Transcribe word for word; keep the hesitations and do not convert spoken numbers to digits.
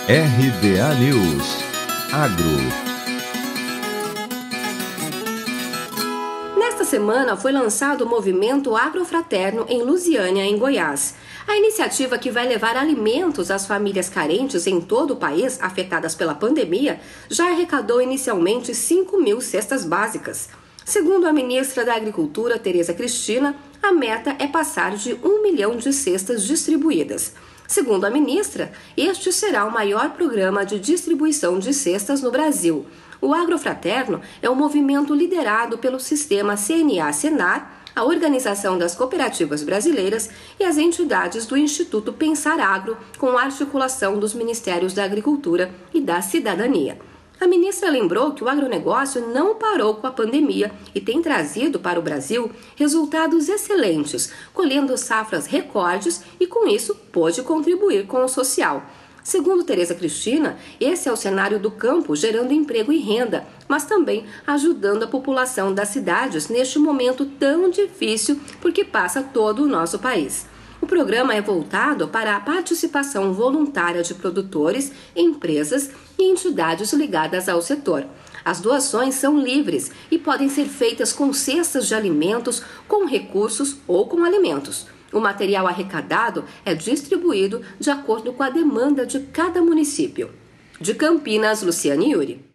R B A News Agro. Nesta semana foi lançado o movimento Agrofraterno em Lusiânia, em Goiás. A iniciativa, que vai levar alimentos às famílias carentes em todo o país afetadas pela pandemia, já arrecadou inicialmente cinco mil cestas básicas. Segundo a ministra da Agricultura, Tereza Cristina, a meta é passar de um milhão de cestas distribuídas. Segundo a ministra, este será o maior programa de distribuição de cestas no Brasil. O Agrofraterno é um movimento liderado pelo sistema C N A-Senar, a Organização das Cooperativas Brasileiras e as entidades do Instituto Pensar Agro, com a articulação dos Ministérios da Agricultura e da Cidadania. A ministra lembrou que o agronegócio não parou com a pandemia e tem trazido para o Brasil resultados excelentes, colhendo safras recordes e, com isso, pôde contribuir com o social. Segundo Tereza Cristina, esse é o cenário do campo, gerando emprego e renda, mas também ajudando a população das cidades neste momento tão difícil porque passa todo o nosso país. O programa é voltado para a participação voluntária de produtores, empresas e entidades ligadas ao setor. As doações são livres e podem ser feitas com cestas de alimentos, com recursos ou com alimentos. O material arrecadado é distribuído de acordo com a demanda de cada município. De Campinas, Luciane Yuri.